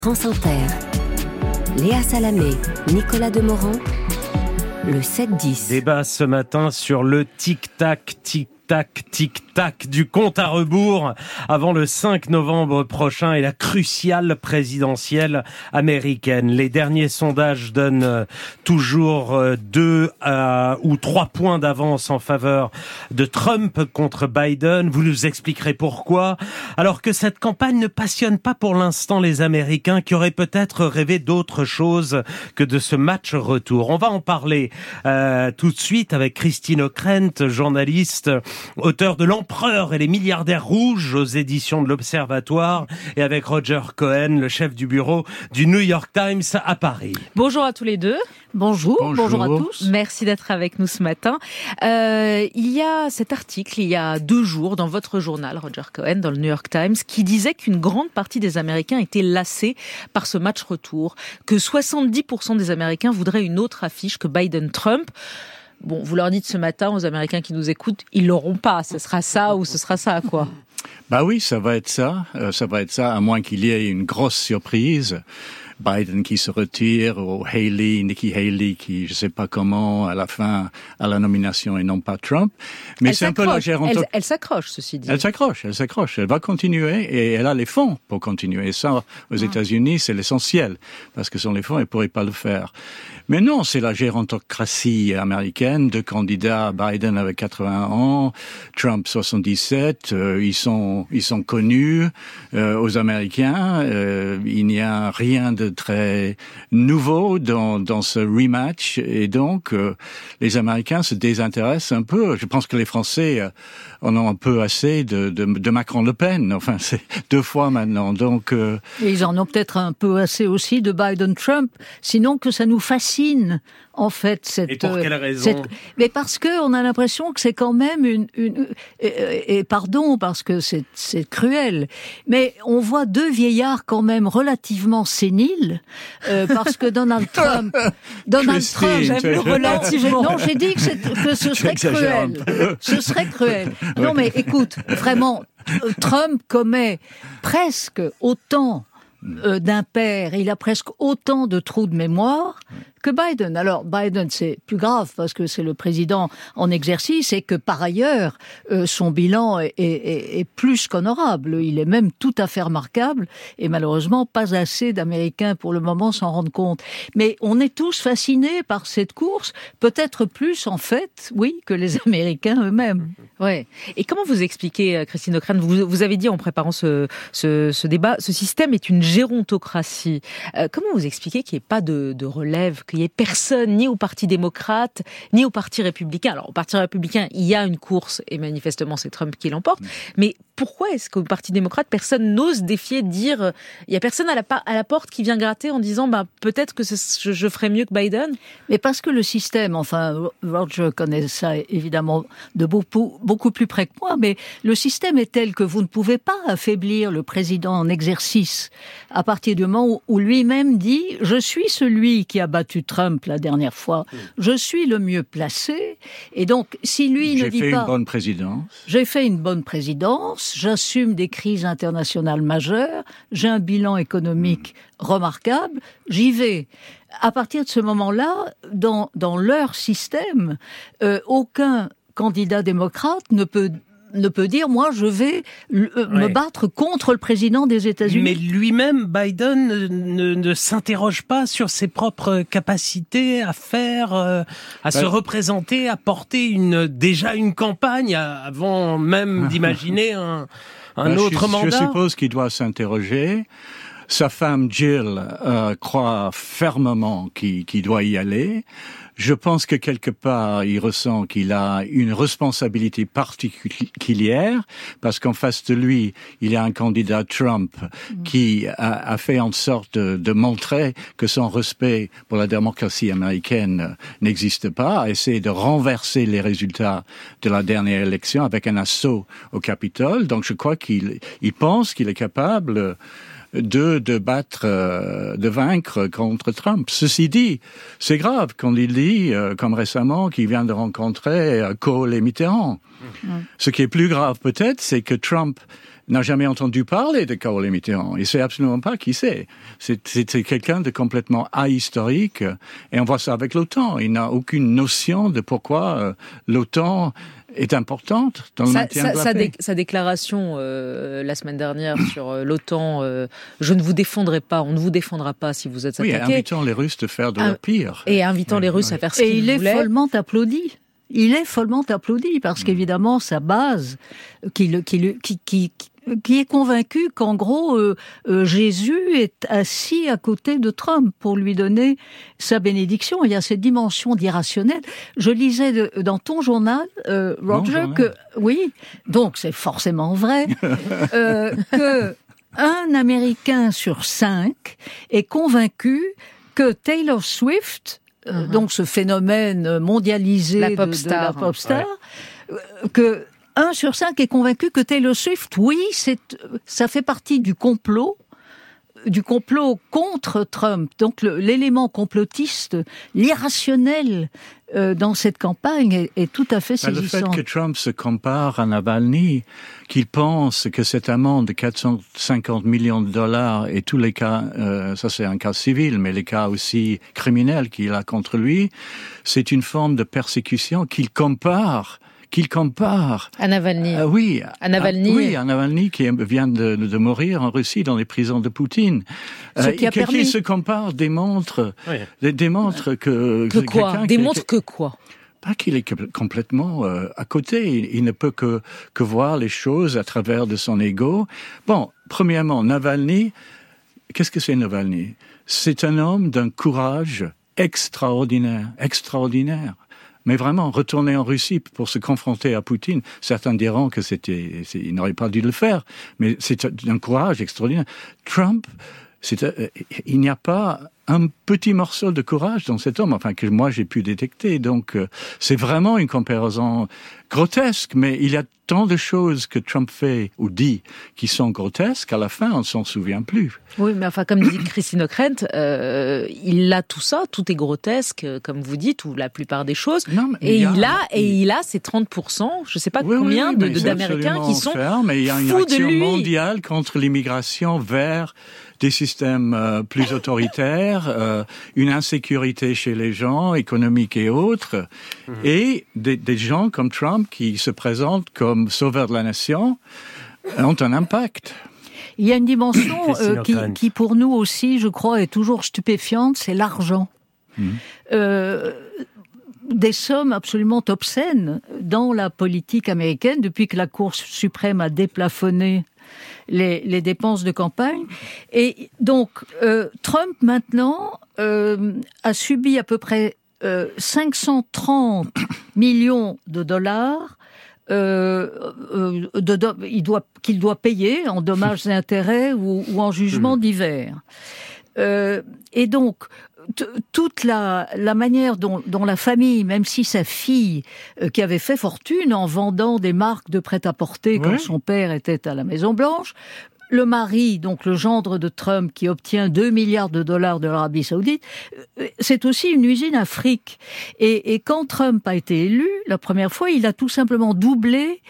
France Inter, Léa Salamé, Nicolas Demorand, le 7-10. Débat ce matin sur le tic-tac, tic-tac du compte à rebours avant le 5 novembre prochain et la cruciale présidentielle américaine. Les derniers sondages donnent toujours 2 ou 3 points d'avance en faveur de Trump contre Biden. Vous nous expliquerez pourquoi. Alors que cette campagne ne passionne pas pour l'instant les Américains qui auraient peut-être rêvé d'autre chose que de ce match retour. On va en parler tout de suite avec Christine Ockrent, journaliste, auteur de L'Empereur et les milliardaires rouges aux éditions de l'Observatoire, et avec Roger Cohen, le chef du bureau du New York Times à Paris. Bonjour à tous les deux. Bonjour à tous. Merci d'être avec nous ce matin. Il y a cet article, il y a 2 jours, dans votre journal, Roger Cohen, dans le New York Times, qui disait qu'une grande partie des Américains étaient lassés par ce match retour, que 70% des Américains voudraient une autre affiche que Biden-Trump. Bon, vous leur dites ce matin aux Américains qui nous écoutent, ils l'auront pas. Ce sera ça ou ce sera ça, quoi. Bah oui, ça va être ça. Ça va être ça, à moins qu'il y ait une grosse surprise. Biden qui se retire, ou Nikki Haley qui, je sais pas comment, à la fin, à la nomination et non pas Trump. Mais elle c'est un peu la gérontoc... Elle s'accroche, ceci dit. Elle s'accroche. Elle va continuer et elle a les fonds pour continuer. Et ça, aux États-Unis, c'est l'essentiel. Parce que sans les fonds, elle pourrait pas le faire. Mais non, c'est la gérontocratie américaine. 2 candidats, Biden avec 80 ans, Trump 77. Ils sont connus aux Américains. Il n'y a rien de très nouveau dans ce rematch, et donc les Américains se désintéressent un peu. Je pense que les Français en ont un peu assez de Macron-Le Pen. Enfin, c'est 2 fois maintenant. Donc et ils en ont peut-être un peu assez aussi de Biden-Trump. Sinon que ça nous fascine. En fait, et pour quelle raison? Mais parce que on a l'impression que c'est quand même et pardon parce que c'est cruel, mais on voit 2 vieillards quand même relativement séniles, parce que Donald Trump, j'aime le relativement. Non, j'ai dit que ce serait cruel. Ce serait cruel. Non, mais écoute, vraiment, Trump commet presque autant d'impairs, il a presque autant de trous de mémoire que Biden. Alors Biden, c'est plus grave parce que c'est le président en exercice et que par ailleurs son bilan est plus qu'honorable. Il est même tout à fait remarquable et malheureusement pas assez d'Américains pour le moment s'en rendent compte. Mais on est tous fascinés par cette course, peut-être plus en fait, oui, que les Américains eux-mêmes. Ouais. Et comment vous expliquez, Christine Ockrent, vous avez dit en préparant ce débat, ce système est une gérontocratie. Comment vous expliquez qu'il n'y ait pas de relève, qu'il n'y ait personne, ni au Parti démocrate, ni au Parti républicain? Alors, au Parti républicain, il y a une course, et manifestement, c'est Trump qui l'emporte. Mais pourquoi est-ce qu'au Parti démocrate, personne n'ose défier, dire... Il n'y a personne à la porte qui vient gratter en disant peut-être que je ferais mieux que Biden? Mais parce que le système, enfin, Roger connaît ça évidemment de beaucoup plus près que moi, mais le système est tel que vous ne pouvez pas affaiblir le président en exercice à partir du moment où lui-même dit « Je suis celui qui a battu Trump la dernière fois, je suis le mieux placé ». Et donc, si lui ne dit pas... J'ai fait une bonne présidence. J'ai fait une bonne présidence, j'assume des crises internationales majeures, j'ai un bilan économique remarquable, j'y vais. À partir de ce moment-là, dans leur système, aucun candidat démocrate ne peut dire, moi, je vais me battre contre le président des États-Unis. Mais lui-même, Biden, ne s'interroge pas sur ses propres capacités à faire, à se représenter, à porter déjà une campagne avant même d'imaginer un autre mandat. Je suppose qu'il doit s'interroger. Sa femme Jill croit fermement qu'il doit y aller. Je pense que quelque part, il ressent qu'il a une responsabilité particulière, parce qu'en face de lui, il y a un candidat Trump qui a fait en sorte de montrer que son respect pour la démocratie américaine n'existe pas, a essayé de renverser les résultats de la dernière élection avec un assaut au Capitole. Donc je crois qu'il pense qu'il est capable de vaincre contre Trump. Ceci dit, c'est grave quand il dit, comme récemment, qu'il vient de rencontrer Kohl et Mitterrand. Ce qui est plus grave peut-être, c'est que Trump n'a jamais entendu parler de Carole Mitterrand. Il sait absolument pas qui c'est. C'est quelqu'un de complètement ahistorique. Et on voit ça avec l'OTAN. Il n'a aucune notion de pourquoi l'OTAN est importante dans le maintien de la paix. Sa déclaration la semaine dernière sur l'OTAN, je ne vous défendrai pas, on ne vous défendra pas si vous êtes attaqué. Oui, invitant les Russes de faire de leur pire. Et invitant les Russes à faire ce qu'ils voulaient. Et il est follement applaudi. Il est follement applaudi parce qu'évidemment sa base, qui est convaincu qu'en gros Jésus est assis à côté de Trump pour lui donner sa bénédiction. Il y a cette dimension d'irrationnel. Je lisais dans ton journal, Roger, que oui, donc c'est forcément vrai, que un Américain sur 5 est convaincu que Taylor Swift, donc ce phénomène mondialisé de la pop star, que 1 sur 5 est convaincu que Taylor Swift, oui, ça fait partie du complot contre Trump. Donc l'élément complotiste, l'irrationnel dans cette campagne est tout à fait saisissant. Le fait que Trump se compare à Navalny, qu'il pense que cette amende de 450 millions de dollars et tous les cas, ça c'est un cas civil, mais les cas aussi criminels qu'il a contre lui, c'est une forme de persécution qu'il compare à Navalny. À Navalny qui vient de mourir en Russie dans les prisons de Poutine. Qui se compare démontre que quoi démontre que quoi? Pas qu'il est complètement à côté. Il ne peut que voir les choses à travers de son ego. Bon, premièrement, Navalny. Qu'est-ce que c'est Navalny? C'est un homme d'un courage extraordinaire. Mais vraiment, retourner en Russie pour se confronter à Poutine, certains diront que il n'aurait pas dû le faire, mais c'est un courage extraordinaire. Trump, il n'y a pas un petit morceau de courage dans cet homme, enfin que moi j'ai pu détecter. Donc c'est vraiment une comparaison grotesque, mais il y a tant de choses que Trump fait ou dit qui sont grotesques, à la fin on ne s'en souvient plus. Oui, mais enfin comme dit Christine Ockrent, il a tout ça, tout est grotesque, comme vous dites, ou la plupart des choses. Non, il a ces 30%, je ne sais pas combien d'Américains qui sont fous mais il y a une action mondiale contre l'immigration vers des systèmes plus autoritaires, une insécurité chez les gens, économique et autres, et des gens comme Trump qui se présentent comme sauveurs de la nation ont un impact. Il y a une dimension qui pour nous aussi, je crois, est toujours stupéfiante, c'est l'argent. Des sommes absolument obscènes dans la politique américaine depuis que la Cour suprême a déplafonné les dépenses de campagne. Et donc, Trump, maintenant, a subi à peu près 530 millions de dollars qu'il doit payer en dommages et intérêts ou en jugements divers. Et donc, toute la manière dont la famille, même si sa fille, qui avait fait fortune en vendant des marques de prêt-à-porter quand son père était à la Maison-Blanche, le mari, donc le gendre de Trump, qui obtient 2 milliards de dollars de l'Arabie Saoudite, c'est aussi une usine à fric. Et quand Trump a été élu, la première fois, il a tout simplement doublé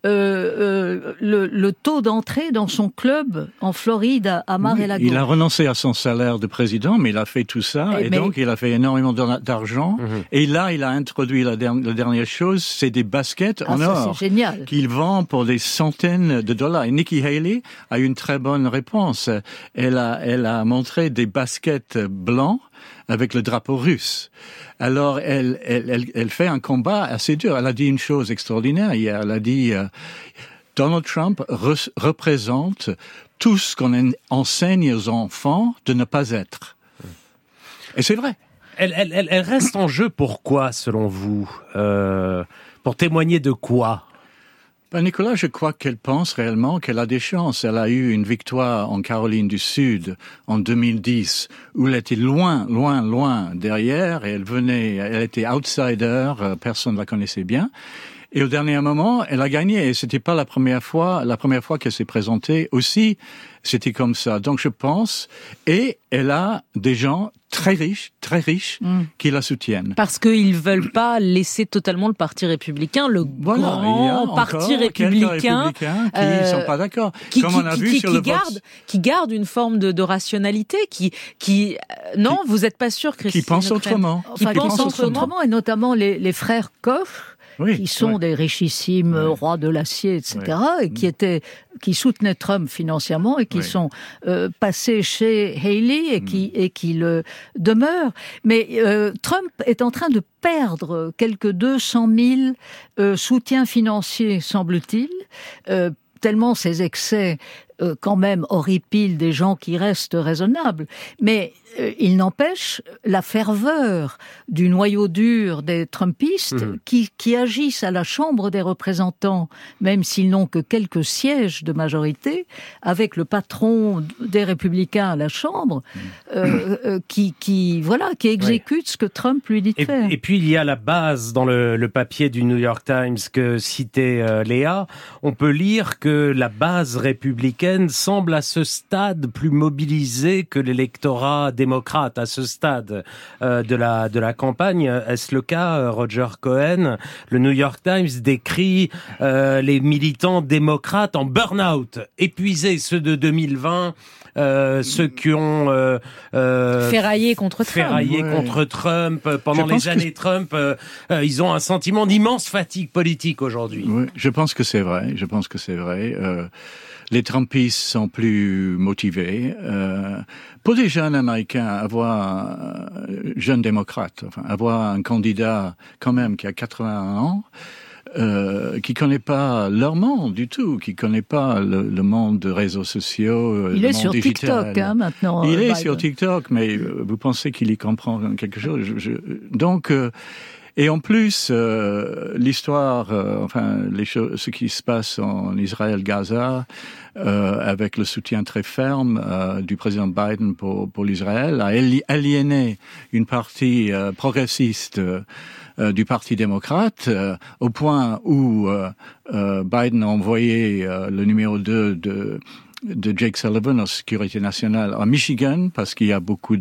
le taux d'entrée dans son club en Floride, à Mar-a-Lago. Il a renoncé à son salaire de président, mais il a fait tout ça, donc il a fait énormément d'argent. Et là, il a introduit la dernière chose, c'est des baskets en or. C'est génial. Qu'il vend pour des centaines de dollars. Et Nikki Haley a une très bonne réponse. Elle a montré des baskets blancs avec le drapeau russe. Alors, elle fait un combat assez dur. Elle a dit une chose extraordinaire hier. Elle a dit, Donald Trump représente tout ce qu'on enseigne aux enfants de ne pas être. Et c'est vrai. Elle reste en jeu pourquoi, selon vous? Pour témoigner de quoi? Nicolas, je crois qu'elle pense réellement qu'elle a des chances. Elle a eu une victoire en Caroline du Sud en 2010, où elle était loin derrière, et elle était outsider, personne ne la connaissait bien. Et au dernier moment, elle a gagné. Et c'était pas la première fois qu'elle s'est présentée aussi, c'était comme ça. Donc je pense, et elle a des gens très riches, qui la soutiennent. Parce qu'ils veulent pas laisser totalement le Parti républicain, grand Parti républicain, qui sont pas d'accord. Comme on a vu sur le vote, qui garde une forme de rationalité, non, vous êtes pas sûr, Christine qui pense autrement. Qui pense autrement, et notamment les frères Koch, qui sont des richissimes rois de l'acier, etc., et qui soutenaient Trump financièrement et qui sont passés chez Haley et qui le demeurent. Mais Trump est en train de perdre quelques 200 000 soutiens financiers, semble-t-il, tellement ces excès quand même horripilent des gens qui restent raisonnables. Mais il n'empêche la ferveur du noyau dur des Trumpistes qui agissent à la Chambre des représentants, même s'ils n'ont que quelques sièges de majorité, avec le patron des Républicains à la Chambre, qui exécute ce que Trump lui dit de faire. Et puis il y a la base dans le papier du New York Times que citait Léa. On peut lire que la base républicaine semble à ce stade plus mobilisée que l'électorat démocrate à ce stade de la campagne. Est-ce le cas, Roger Cohen? Le New York Times décrit les militants démocrates en burn-out, épuisés, ceux de 2020, ceux qui ont ferraillé contre Trump pendant les années Trump. Ils ont un sentiment d'immense fatigue politique aujourd'hui. Oui, je pense que c'est vrai. Les Trumpistes sont plus motivés. Pour des jeunes Américains, avoir jeunes démocrates, avoir un candidat quand même qui a 81 ans, qui connaît pas leur monde du tout, qui connaît pas le monde des réseaux sociaux, il le est monde sur digital. TikTok maintenant. Il est Biden. sur TikTok, mais vous pensez qu'il y comprend quelque chose? Donc et en plus, l'histoire, ce qui se passe en Israël-Gaza, avec le soutien très ferme du président Biden pour l'Israël, a aliéné une partie progressiste du Parti démocrate, au point où Biden a envoyé le numéro 2 de Jake Sullivan en sécurité nationale à Michigan, parce qu'il y a beaucoup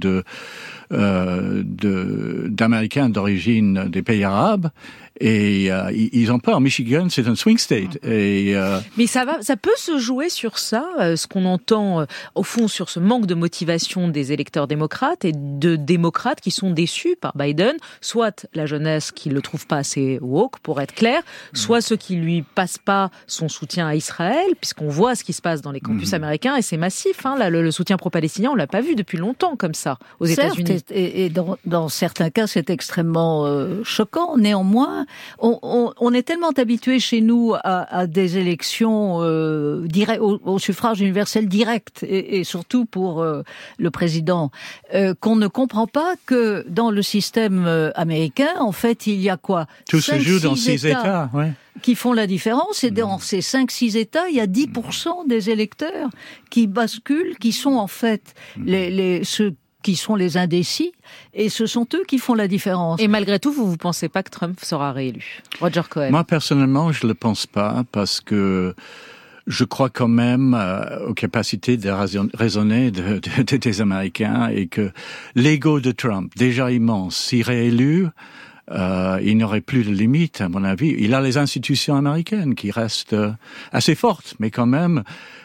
d'Américains d'origine des pays arabes, et ils ont peur. Michigan, c'est un swing state. Mais ça peut se jouer sur ça, ce qu'on entend au fond sur ce manque de motivation des électeurs démocrates et de démocrates qui sont déçus par Biden, soit la jeunesse qui le trouve pas assez woke, pour être clair, soit ceux qui lui passent pas son soutien à Israël, puisqu'on voit ce qui se passe dans les campus américains, et c'est massif. Là, le soutien pro-palestinien, on l'a pas vu depuis longtemps comme ça aux États-Unis. Et dans certains cas, c'est extrêmement choquant. Néanmoins, on est tellement habitué chez nous à des élections au suffrage universel direct, et surtout pour le président, qu'on ne comprend pas que dans le système américain, en fait, il y a quoi? Tout se joue dans 6 États, qui font la différence, et dans ces 5-6 États, il y a 10% des électeurs qui basculent, qui sont en fait ceux qui sont les indécis, et ce sont eux qui font la différence. Et malgré tout, vous pensez pas que Trump sera réélu? Roger Cohen. Moi, personnellement, je le pense pas, parce que je crois quand même aux capacités de raisonner des Américains, et que l'ego de Trump, déjà immense, si réélu, il n'aurait plus de limites, à mon avis. Il a les institutions américaines qui restent assez fortes, mais quand même,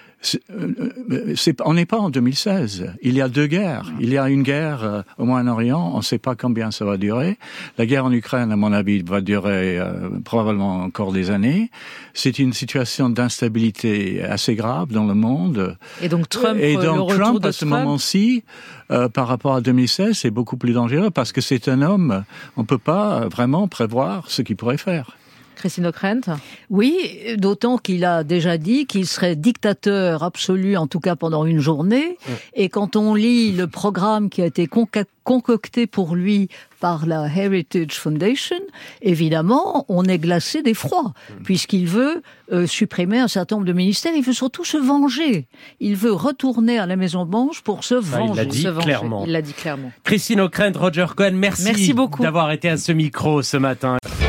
on n'est pas en 2016. Il y a 2 guerres. Il y a une guerre au Moyen-Orient. On ne sait pas combien ça va durer. La guerre en Ukraine, à mon avis, va durer probablement encore des années. C'est une situation d'instabilité assez grave dans le monde. Et donc Trump, à ce moment-ci, par rapport à 2016, c'est beaucoup plus dangereux, parce que c'est un homme. On ne peut pas vraiment prévoir ce qu'il pourrait faire. Christine Ockrent? Oui, d'autant qu'il a déjà dit qu'il serait dictateur absolu, en tout cas pendant une journée. Et quand on lit le programme qui a été concocté pour lui par la Heritage Foundation, évidemment, on est glacé d'effroi, puisqu'il veut supprimer un certain nombre de ministères. Il veut surtout se venger. Il veut retourner à la Maison-Blanche pour se venger. Il l'a dit clairement. Christine Ockrent, Roger Cohen, merci beaucoup d'avoir été à ce micro ce matin.